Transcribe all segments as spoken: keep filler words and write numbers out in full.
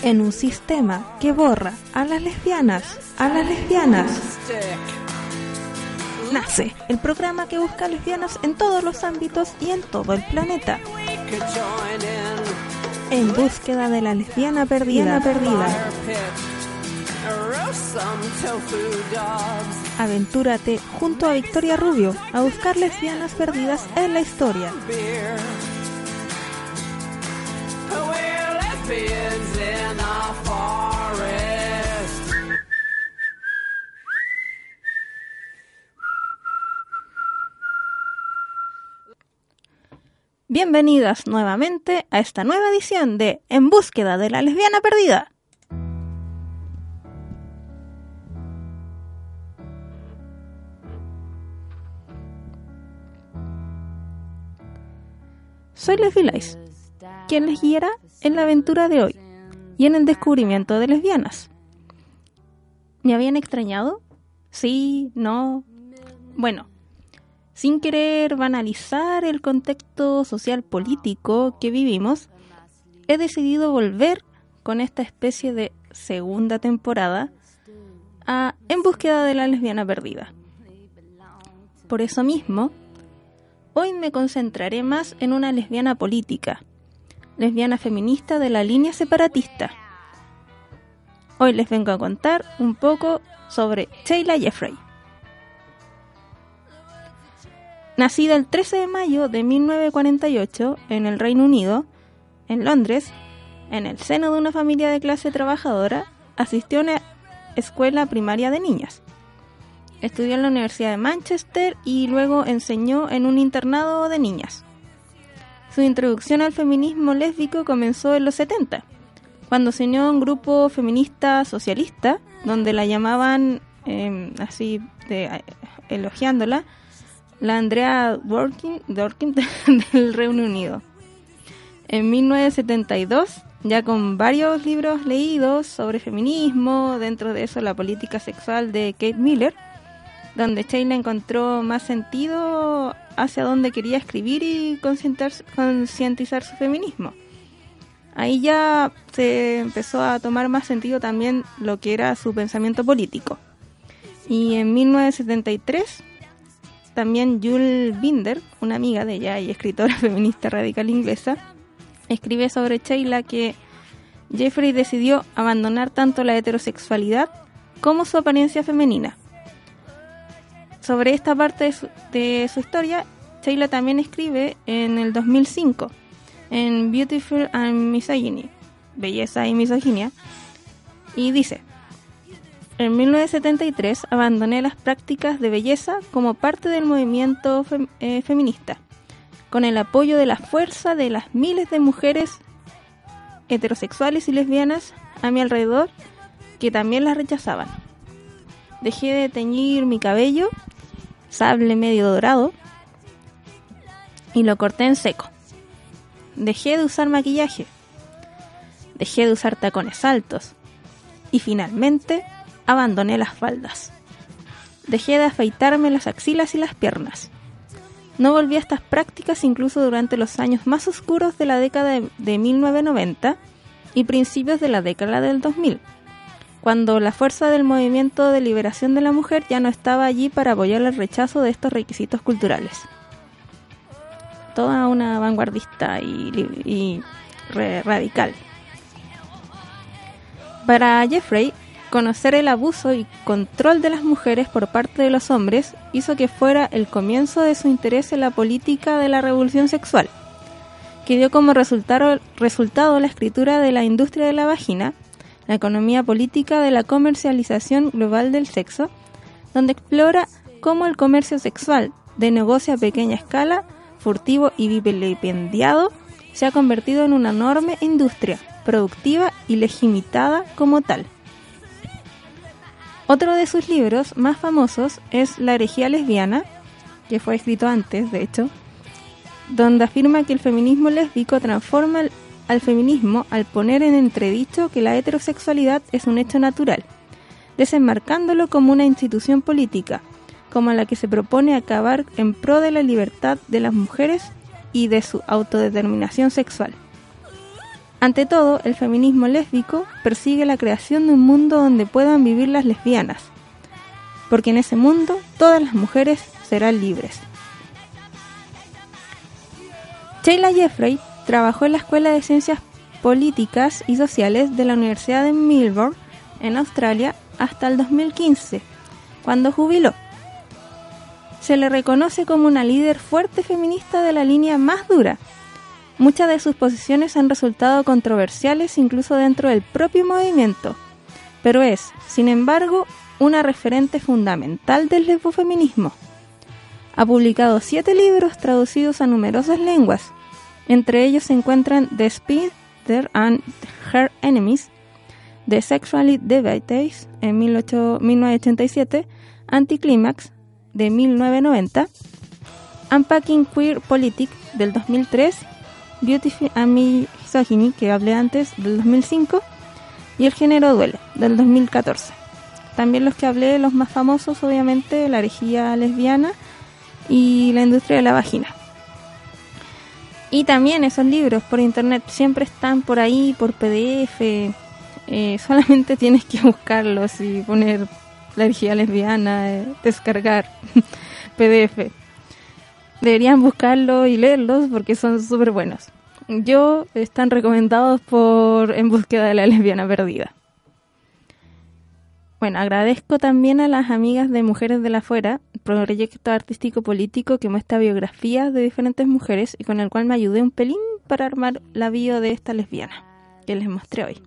en un sistema que borra a las lesbianas, a las lesbianas. Nace el programa que busca lesbianas en todos los ámbitos y en todo el planeta. En búsqueda de la lesbiana perdida, perdida. Aventúrate junto a Victoria Rubio a buscar lesbianas perdidas en la historia. Bienvenidas nuevamente a esta nueva edición de En búsqueda de la lesbiana perdida. Soy Lesbi Lais, quien les guiará en la aventura de hoy y en el descubrimiento de lesbianas. ¿Me habían extrañado? ¿Sí? ¿No? Bueno, sin querer banalizar el contexto social político que vivimos, he decidido volver con esta especie de segunda temporada a En búsqueda de la lesbiana perdida. Por eso mismo, hoy me concentraré más en una lesbiana política, lesbiana feminista de la línea separatista. Hoy les vengo a contar un poco sobre Sheila Jeffrey. Nacida el trece de mayo de mil novecientos cuarenta y ocho en el Reino Unido, en Londres, en el seno de una familia de clase trabajadora, asistió a una escuela primaria de niñas. Estudió en la Universidad de Manchester y luego enseñó en un internado de niñas. Su introducción al feminismo lésbico comenzó en los setenta, cuando se unió a un grupo feminista socialista, donde la llamaban, eh, así de, eh, elogiándola, la Andrea Dworkin, Dworkin del Reino Unido. En mil novecientos setenta y dos, ya con varios libros leídos sobre feminismo, dentro de eso la política sexual de Kate Miller, donde Sheila encontró más sentido hacia dónde quería escribir y concientizar su feminismo. Ahí ya se empezó a tomar más sentido también lo que era su pensamiento político. Y en mil novecientos setenta y tres, también Jules Binder, una amiga de ella y escritora feminista radical inglesa, escribe sobre Sheila que Jeffrey decidió abandonar tanto la heterosexualidad como su apariencia femenina. Sobre esta parte de su, de su historia, Sheila también escribe en el dos mil cinco, en Beautiful and Misogyny, Belleza y Misoginia, y dice: en mil novecientos setenta y tres abandoné las prácticas de belleza como parte del movimiento fem, eh, feminista, con el apoyo de la fuerza de las miles de mujeres heterosexuales y lesbianas a mi alrededor que también las rechazaban. Dejé de teñir mi cabello, sable medio dorado, y lo corté en seco. Dejé de usar maquillaje. Dejé de usar tacones altos. Y finalmente, abandoné las faldas. Dejé de afeitarme las axilas y las piernas. No volví a estas prácticas incluso durante los años más oscuros de la década de, de mil novecientos noventa y principios de la década del dos mil. Cuando la fuerza del movimiento de liberación de la mujer ya no estaba allí para apoyar el rechazo de estos requisitos culturales. Toda una vanguardista y, y re, radical. Para Jeffrey, conocer el abuso y control de las mujeres por parte de los hombres hizo que fuera el comienzo de su interés en la política de la revolución sexual, que dio como resultado, resultado la escritura de La industria de la vagina, la economía política de la comercialización global del sexo, donde explora cómo el comercio sexual de negocio a pequeña escala, furtivo y vilipendiado, se ha convertido en una enorme industria, productiva y legitimada como tal. Otro de sus libros más famosos es La herejía lesbiana, que fue escrito antes, de hecho, donde afirma que el feminismo lésbico transforma el al feminismo al poner en entredicho que la heterosexualidad es un hecho natural, desenmarcándolo como una institución política, como la que se propone acabar en pro de la libertad de las mujeres y de su autodeterminación sexual. Ante todo, el feminismo lésbico persigue la creación de un mundo donde puedan vivir las lesbianas, porque en ese mundo todas las mujeres serán libres. Sheila Jeffrey trabajó en la Escuela de Ciencias Políticas y Sociales de la Universidad de Melbourne, en Australia, hasta el dos mil quince, cuando jubiló. Se le reconoce como una líder fuerte feminista de la línea más dura. Muchas de sus posiciones han resultado controversiales incluso dentro del propio movimiento, pero es, sin embargo, una referente fundamental del lesbofeminismo. Ha publicado siete libros traducidos a numerosas lenguas. Entre ellos se encuentran The Spinster and Her Enemies, The Sexually Debated en mil novecientos ochenta y siete, Anticlimax de mil novecientos noventa, Unpacking Queer Politics del dos mil tres, Beauty and Misogyny, que hablé antes, del dos mil cinco, y El género duele, del dos mil catorce. También los que hablé, los más famosos, obviamente, La herejía lesbiana y La industria de la vagina. Y también esos libros por internet siempre están por ahí, por P D F. Eh, solamente tienes que buscarlos y poner La herejía lesbiana, eh, descargar P D F. Deberían buscarlos y leerlos porque son súper buenos. Yo están recomendados por En búsqueda de la lesbiana perdida. Bueno, agradezco también a las amigas de Mujeres de la Fuera, proyecto artístico político que muestra biografías de diferentes mujeres y con el cual me ayudé un pelín para armar la bio de esta lesbiana que les mostré hoy.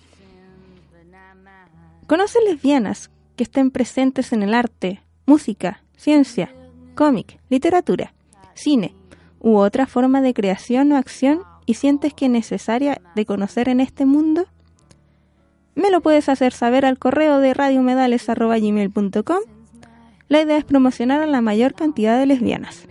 ¿Conocen lesbianas que estén presentes en el arte, música, ciencia, cómic, literatura, cine u otra forma de creación o acción y sientes que es necesaria de conocer en este mundo? Me lo puedes hacer saber al correo de radiomedales arroba gmail punto com. La idea es promocionar a la mayor cantidad de lesbianas.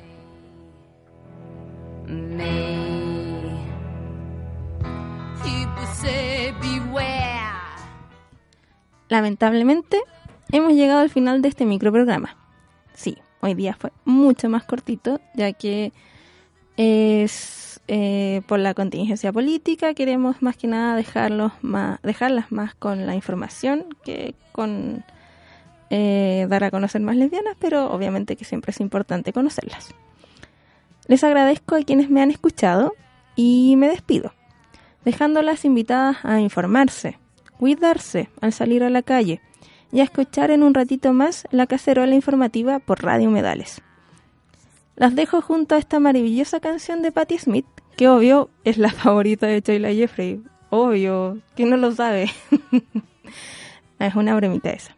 Lamentablemente, hemos llegado al final de este microprograma. Sí, hoy día fue mucho más cortito, ya que es eh, por la contingencia política. Queremos más que nada dejarlos más, dejarlas más con la información que con eh, dar a conocer más lesbianas, pero obviamente que siempre es importante conocerlas. Les agradezco a quienes me han escuchado y me despido, dejándolas invitadas a informarse, cuidarse al salir a la calle y a escuchar en un ratito más la cacerola informativa por Radio Humedales. Las dejo junto a esta maravillosa canción de Patti Smith, que obvio es la favorita de Sheila Jeffrey. Obvio, ¿quién no lo sabe? Es una bromita esa.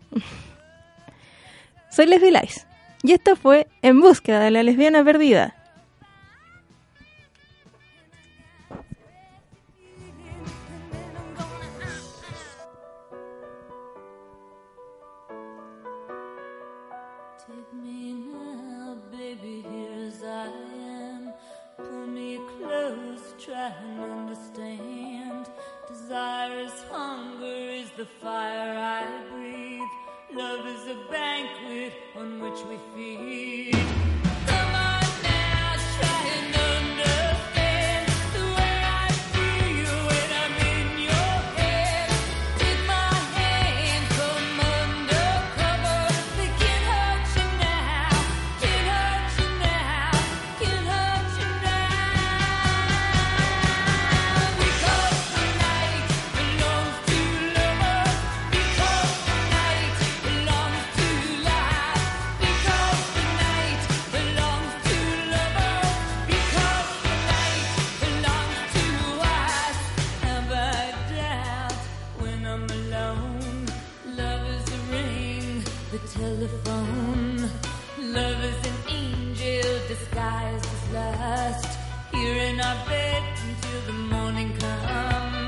Soy Leslie Lice y esto fue En búsqueda de la lesbiana perdida. Try and understand. Desire is hunger, is the fire I breathe. Love is a banquet on which we feed. Come on now, try and understand the way I feel when I'm in your head. Take my hand, come undercover. They can't hurt you now, can't hurt you now, can't hurt you now. Telephone. Love is an angel disguised as lust. Here in our bed until the morning comes.